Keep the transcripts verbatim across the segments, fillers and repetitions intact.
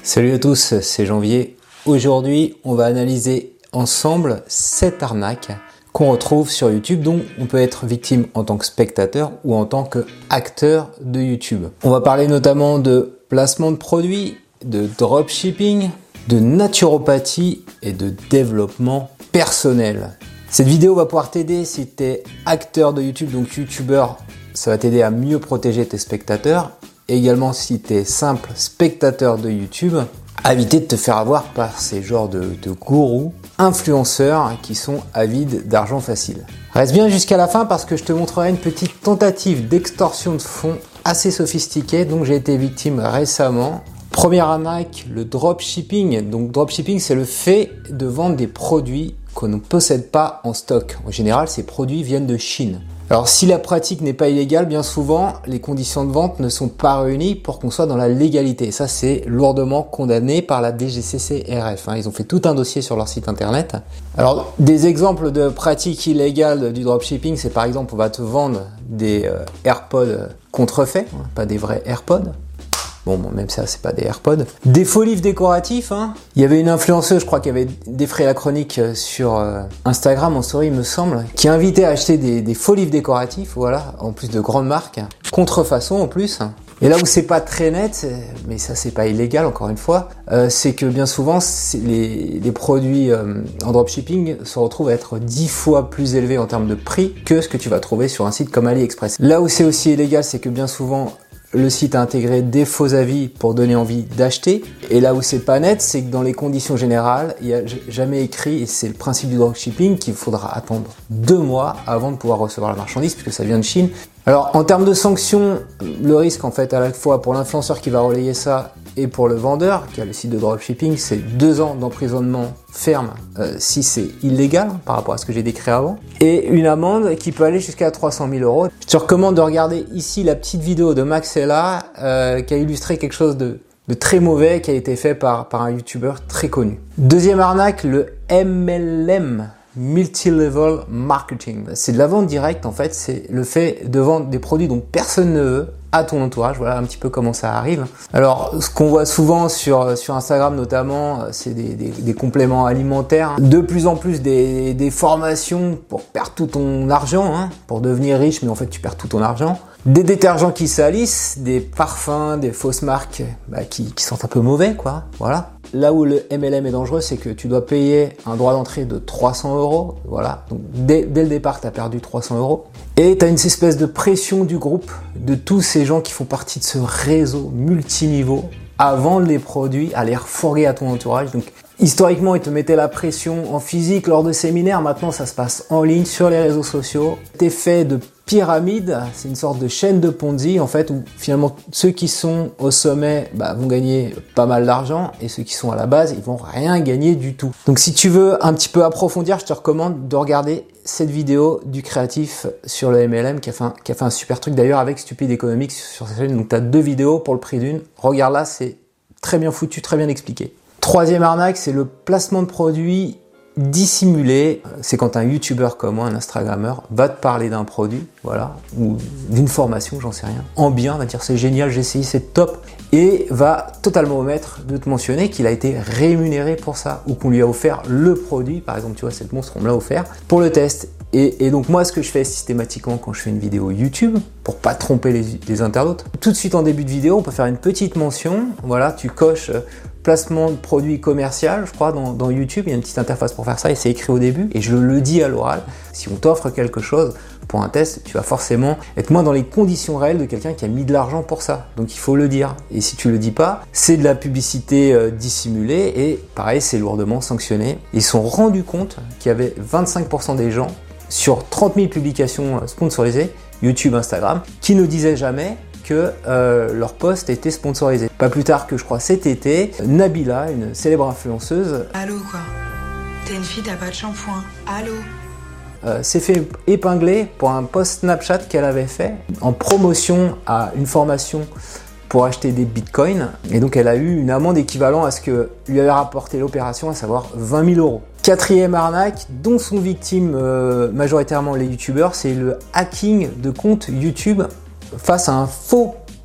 Salut à tous, c'est Janvier. Aujourd'hui, on va analyser ensemble sept arnaques qu'on retrouve sur YouTube, dont on peut être victime en tant que spectateur ou en tant qu'acteur de YouTube. On va parler notamment de placement de produits, de dropshipping, de naturopathie et de développement personnel. Cette vidéo va pouvoir t'aider si tu es acteur de YouTube, donc youtubeur, ça va t'aider à mieux protéger tes spectateurs. Et également si tu es simple spectateur de YouTube, à éviter de te faire avoir par ces genres de, de gourous, influenceurs qui sont avides d'argent facile. Reste bien jusqu'à la fin parce que je te montrerai une petite tentative d'extorsion de fonds assez sophistiquée dont j'ai été victime récemment. Première arnaque, le dropshipping. Donc dropshipping, c'est le fait de vendre des produits qu'on ne possède pas en stock. En général, ces produits viennent de Chine. Alors si la pratique n'est pas illégale, bien souvent, les conditions de vente ne sont pas réunies pour qu'on soit dans la légalité. Ça, c'est lourdement condamné par la D G C C R F. Ils ont fait tout un dossier sur leur site internet. Alors, des exemples de pratiques illégales du dropshipping, c'est par exemple, on va te vendre des euh, AirPods contrefaits, hein, pas des vrais AirPods. Bon, bon, même ça, c'est pas des AirPods. Des faux livres décoratifs. Hein. Il y avait une influenceuse, je crois, qui avait défrayé la chronique sur euh, Instagram, en story, il me semble, qui invitait à acheter des, des faux livres décoratifs, voilà, en plus de grandes marques, contrefaçon en plus. Et là où c'est pas très net, mais ça c'est pas illégal encore une fois, euh, c'est que bien souvent les, les produits euh, en dropshipping se retrouvent à être dix fois plus élevés en termes de prix que ce que tu vas trouver sur un site comme AliExpress. Là où c'est aussi illégal, c'est que bien souvent le site a intégré des faux avis pour donner envie d'acheter. Et là où c'est pas net, c'est que dans les conditions générales, il n'y a jamais écrit, et c'est le principe du dropshipping, qu'il faudra attendre deux mois avant de pouvoir recevoir la marchandise, puisque ça vient de Chine. Alors en termes de sanctions, le risque en fait à la fois pour l'influenceur qui va relayer ça et pour le vendeur qui a le site de dropshipping, c'est deux ans d'emprisonnement ferme euh, si c'est illégal par rapport à ce que j'ai décrit avant, et une amende qui peut aller jusqu'à trois cent mille euros. Je te recommande de regarder ici la petite vidéo de Maxella euh, qui a illustré quelque chose de, de très mauvais qui a été fait par, par un youtubeur très connu. Deuxième arnaque, le M L M. Multi-level marketing. C'est de la vente directe en fait, c'est le fait de vendre des produits dont personne ne veut à ton entourage, voilà un petit peu comment ça arrive. Alors ce qu'on voit souvent sur, sur Instagram notamment, c'est des, des, des compléments alimentaires, de plus en plus des, des formations pour perdre tout ton argent, hein, pour devenir riche mais en fait tu perds tout ton argent. Des détergents qui salissent, des parfums, des fausses marques bah, qui, qui sentent un peu mauvais quoi, voilà. Là où le M L M est dangereux, c'est que tu dois payer un droit d'entrée de trois cents euros. Voilà. Donc, dès, dès le départ, tu as perdu trois cents euros. Et tu as une espèce de pression du groupe, de tous ces gens qui font partie de ce réseau multiniveau, à vendre les produits, à les refourguer à ton entourage. Donc, historiquement, ils te mettaient la pression en physique lors de séminaires. Maintenant, ça se passe en ligne, sur les réseaux sociaux. T'es fait de pyramide, c'est une sorte de chaîne de Ponzi en fait où finalement ceux qui sont au sommet bah, vont gagner pas mal d'argent et ceux qui sont à la base ils vont rien gagner du tout. Donc si tu veux un petit peu approfondir, je te recommande de regarder cette vidéo du créatif sur le M L M qui a fait un, qui a fait un super truc d'ailleurs avec Stupid Economics sur sa chaîne. Donc tu as deux vidéos pour le prix d'une. Regarde là, c'est très bien foutu, très bien expliqué. Troisième arnaque, c'est le placement de produits dissimulé. C'est quand un youtubeur comme moi, un instagrammeur, va te parler d'un produit, voilà, ou d'une formation, j'en sais rien, en bien, va dire c'est génial, j'ai essayé, c'est top, et va totalement omettre de te mentionner qu'il a été rémunéré pour ça, ou qu'on lui a offert le produit, par exemple, tu vois, cette monstre, on me l'a offert, pour le test. Et, et donc moi, ce que je fais systématiquement quand je fais une vidéo YouTube, pour pas tromper les, les internautes, tout de suite en début de vidéo, on peut faire une petite mention, voilà, tu coches euh, placement de produit commercial, je crois, dans, dans YouTube, il y a une petite interface pour faire ça et c'est écrit au début, et je le dis à l'oral, si on t'offre quelque chose pour un test, tu vas forcément être moins dans les conditions réelles de quelqu'un qui a mis de l'argent pour ça, donc il faut le dire, et si tu le dis pas, c'est de la publicité euh, dissimulée, et pareil, c'est lourdement sanctionné. Ils se sont rendus compte qu'il y avait vingt-cinq pour cent des gens sur trente mille publications sponsorisées, YouTube, Instagram, qui ne disaient jamais que euh, leur post était sponsorisé. Pas plus tard que je crois cet été, Nabila, une célèbre influenceuse, allô quoi, t'es une fille, t'as pas de shampoing, allô euh, s'est fait épingler pour un post Snapchat qu'elle avait fait en promotion à une formation pour acheter des bitcoins, et donc elle a eu une amende équivalente à ce que lui avait rapporté l'opération, à savoir vingt mille euros. Quatrième arnaque, dont sont victimes euh, majoritairement les youtubeurs, c'est le hacking de comptes YouTube face à un faux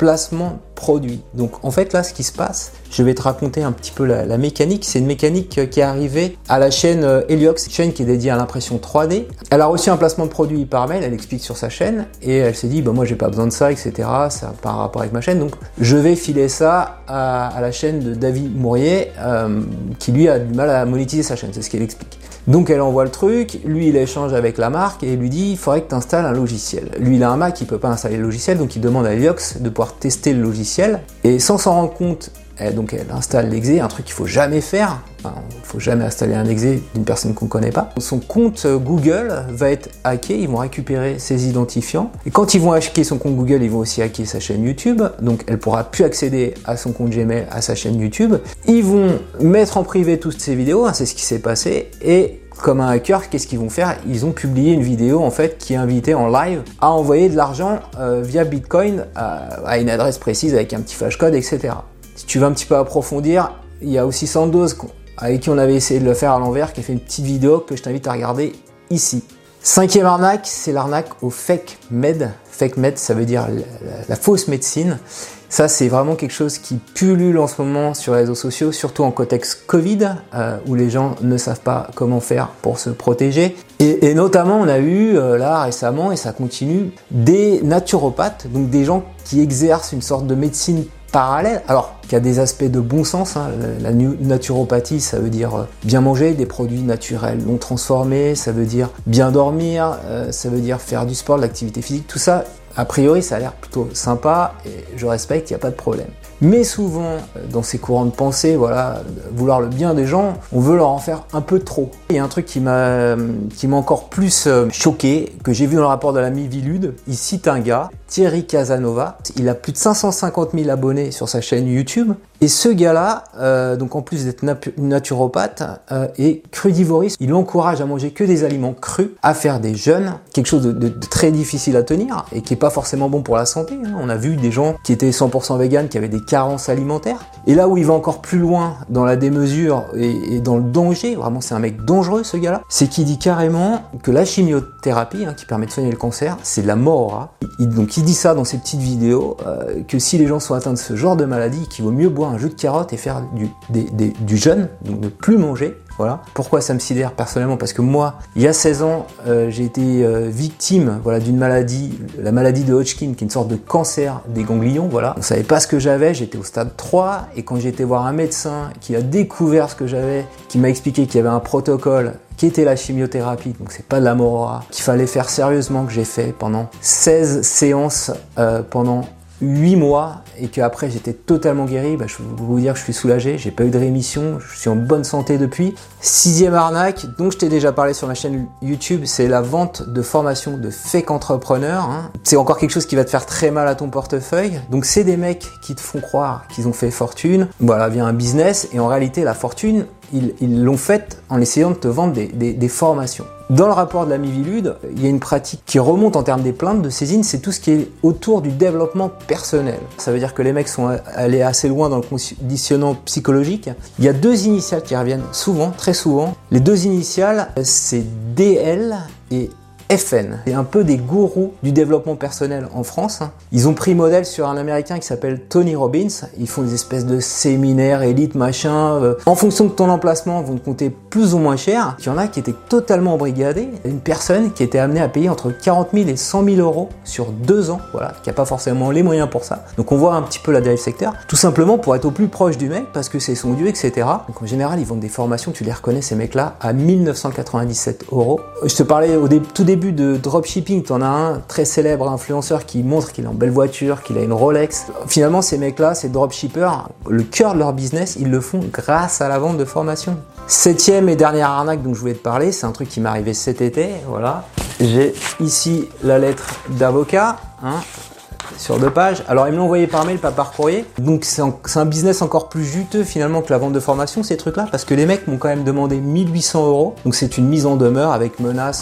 placement produit. Donc en fait là ce qui se passe, je vais te raconter un petit peu la, la mécanique. C'est une mécanique qui est arrivée à la chaîne Heliox, chaîne qui est dédiée à l'impression trois D. Elle a reçu un placement de produit par mail, elle explique sur sa chaîne et elle s'est dit bah moi j'ai pas besoin de ça, etc. Ça n'a pas un rapport avec ma chaîne, donc je vais filer ça à, à la chaîne de David Mourier euh, qui lui a du mal à monétiser sa chaîne, c'est ce qu'elle explique. Donc elle envoie le truc, lui il échange avec la marque et lui dit il faudrait que tu installes un logiciel. Lui il a un Mac, il peut pas installer le logiciel, donc il demande à Heliox de pouvoir tester le logiciel et sans s'en rendre compte, elle, donc elle installe l'exé, un truc qu'il faut jamais faire. Enfin, il faut jamais installer un exé d'une personne qu'on connaît pas. Son compte Google va être hacké, ils vont récupérer ses identifiants. Et quand ils vont hacker son compte Google, ils vont aussi hacker sa chaîne YouTube. Donc elle pourra plus accéder à son compte Gmail, à sa chaîne YouTube. Ils vont mettre en privé toutes ces vidéos, hein, c'est ce qui s'est passé. Et comme un hacker, qu'est-ce qu'ils vont faire? Ils ont publié une vidéo en fait qui invitait en live à envoyer de l'argent euh, via Bitcoin à, à une adresse précise avec un petit flash code, et cetera. Si tu veux un petit peu approfondir, il y a aussi Sandoz avec qui on avait essayé de le faire à l'envers, qui a fait une petite vidéo que je t'invite à regarder ici. Cinquième arnaque, c'est l'arnaque au fake med. Fake med, ça veut dire la, la, la fausse médecine. Ça, c'est vraiment quelque chose qui pullule en ce moment sur les réseaux sociaux, surtout en contexte Covid, euh, où les gens ne savent pas comment faire pour se protéger. Et, et notamment, on a eu euh, là récemment, et ça continue, des naturopathes, donc des gens qui exercent une sorte de médecine parallèle, alors qu'il y a des aspects de bon sens, hein. La naturopathie, ça veut dire bien manger, des produits naturels non transformés, ça veut dire bien dormir, euh, ça veut dire faire du sport, de l'activité physique, tout ça, a priori, ça a l'air plutôt sympa et je respecte, il n'y a pas de problème. Mais souvent, dans ces courants de pensée, voilà, vouloir le bien des gens, on veut leur en faire un peu trop. Il y a un truc qui m'a qui m'a encore plus choqué, que j'ai vu dans le rapport de la Mivilude. Il cite un gars, Thierry Casanova. Il a plus de cinq cent cinquante mille abonnés sur sa chaîne YouTube. Et ce gars-là, euh, donc en plus d'être naturopathe, euh, est crudivoriste. Il encourage à manger que des aliments crus, à faire des jeûnes, quelque chose de, de, de très difficile à tenir et qui est pas forcément bon pour la santé. Hein. On a vu des gens qui étaient cent pour cent véganes, qui avaient des carences alimentaires. Et là où il va encore plus loin dans la démesure et, et dans le danger, vraiment c'est un mec dangereux ce gars-là, c'est qu'il dit carrément que la chimiothérapie, hein, qui permet de soigner le cancer, c'est de la mort au rat. Il, donc il dit ça dans ses petites vidéos, euh, que si les gens sont atteints de ce genre de maladie, qu'il vaut mieux boire un jus de carotte et faire du, des, des, du jeûne, donc ne plus manger. Voilà. Pourquoi ça me sidère personnellement? Parce que moi, il y a seize ans, euh, j'ai été euh, victime voilà, d'une maladie, la maladie de Hodgkin, qui est une sorte de cancer des ganglions. Voilà. On ne savait pas ce que j'avais, j'étais au stade trois, et quand j'ai été voir un médecin qui a découvert ce que j'avais, qui m'a expliqué qu'il y avait un protocole qui était la chimiothérapie, donc c'est pas de la mort au rat, qu'il fallait faire sérieusement, que j'ai fait pendant seize séances, euh, pendant huit mois, et qu'après j'étais totalement guéri, bah, je peux vous dire que je suis soulagé, j'ai pas eu de rémission, je suis en bonne santé depuis. Sixième arnaque, dont je t'ai déjà parlé sur ma chaîne YouTube, c'est la vente de formation de fake entrepreneurs. Hein. C'est encore quelque chose qui va te faire très mal à ton portefeuille. Donc c'est des mecs qui te font croire qu'ils ont fait fortune, voilà, via un business, et en réalité la fortune, ils, ils l'ont faite en essayant de te vendre des, des, des formations. Dans le rapport de la Mivilude, il y a une pratique qui remonte en termes des plaintes de saisine, c'est tout ce qui est autour du développement personnel. Ça veut dire que les mecs sont allés assez loin dans le conditionnement psychologique. Il y a deux initiales qui reviennent souvent, très souvent. Les deux initiales, c'est D L et F N. C'est un peu des gourous du développement personnel en France. Ils ont pris modèle sur un Américain qui s'appelle Tony Robbins. Ils font des espèces de séminaires, élites, machin. En fonction de ton emplacement, vont te coûter plus ou moins cher. Il y en a qui étaient totalement embrigadés. Une personne qui était amenée à payer entre quarante mille et cent mille euros sur deux ans, voilà, qui n'a pas forcément les moyens pour ça. Donc on voit un petit peu la dérive sectaire, tout simplement pour être au plus proche du mec, parce que c'est son dieu, et cetera. Donc en général, ils vendent des formations, tu les reconnais ces mecs-là, à mille neuf cent quatre-vingt-dix-sept euros. Je te parlais au dé- tout début de dropshipping, tu en as un très célèbre influenceur qui montre qu'il est en belle voiture, qu'il a une Rolex. Finalement, ces mecs-là, ces dropshippers, le cœur de leur business, ils le font grâce à la vente de formation. Septième et dernière arnaque dont je voulais te parler, c'est un truc qui m'est arrivé cet été, voilà. J'ai ici la lettre d'avocat, hein, sur deux pages. Alors ils me l'ont envoyé par mail, pas par courrier. Donc c'est un, c'est un business encore plus juteux finalement que la vente de formation, ces trucs-là, parce que les mecs m'ont quand même demandé mille huit cents euros. Donc c'est une mise en demeure avec menace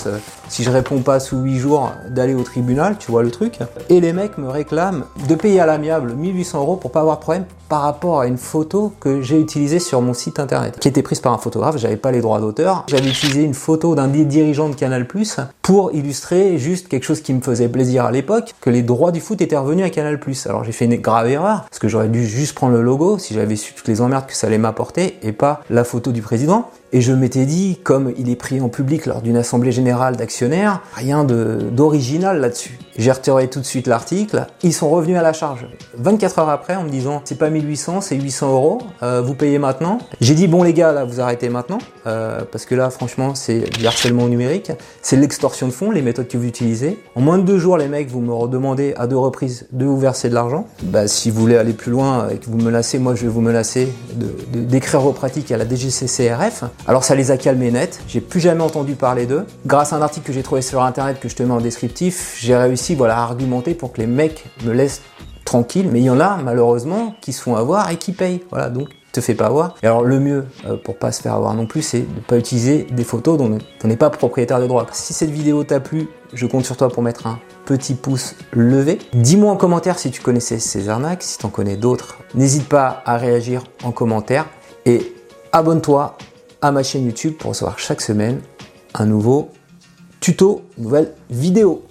si je réponds pas sous huit jours, d'aller au tribunal, tu vois le truc. Et les mecs me réclament de payer à l'amiable mille huit cents euros pour pas avoir de problème par rapport à une photo que j'ai utilisée sur mon site internet, qui était prise par un photographe, j'avais pas les droits d'auteur. J'avais utilisé une photo d'un des dirigeants de Canal plus, pour illustrer juste quelque chose qui me faisait plaisir à l'époque, que les droits du foot étaient revenus à Canal plus. Alors j'ai fait une grave erreur, parce que j'aurais dû juste prendre le logo, si j'avais su toutes les emmerdes que ça allait m'apporter, et pas la photo du président. Et je m'étais dit, comme il est pris en public lors d'une assemblée générale d'actionnaires, rien de, d'original là-dessus. J'ai retiré tout de suite l'article, ils sont revenus à la charge. vingt-quatre heures après, en me disant, c'est pas mille huit cents, c'est huit cents euros, euh, vous payez maintenant. J'ai dit, bon les gars, là, vous arrêtez maintenant, euh, parce que là, franchement, c'est du harcèlement numérique, c'est l'extorsion de fonds, les méthodes que vous utilisez. En moins de deux jours, les mecs, vous me redemandez à deux reprises de vous verser de l'argent. Bah, si vous voulez aller plus loin et que vous me menacez, moi, je vais vous menacer de, de, d'écrire vos pratiques à la D G C C R F. Alors ça les a calmés net, j'ai plus jamais entendu parler d'eux. Grâce à un article que j'ai trouvé sur internet que je te mets en descriptif, j'ai réussi voilà, à argumenter pour que les mecs me laissent tranquille, mais il y en a malheureusement qui se font avoir et qui payent. Voilà, donc te fais pas avoir. Et alors le mieux euh, pour pas se faire avoir non plus, c'est de ne pas utiliser des photos dont on n'est pas propriétaire de droit. Si cette vidéo t'a plu, je compte sur toi pour mettre un petit pouce levé. Dis-moi en commentaire si tu connaissais ces arnaques, si tu en connais d'autres. N'hésite pas à réagir en commentaire et abonne-toi à ma chaîne YouTube pour recevoir chaque semaine un nouveau tuto, une nouvelle vidéo.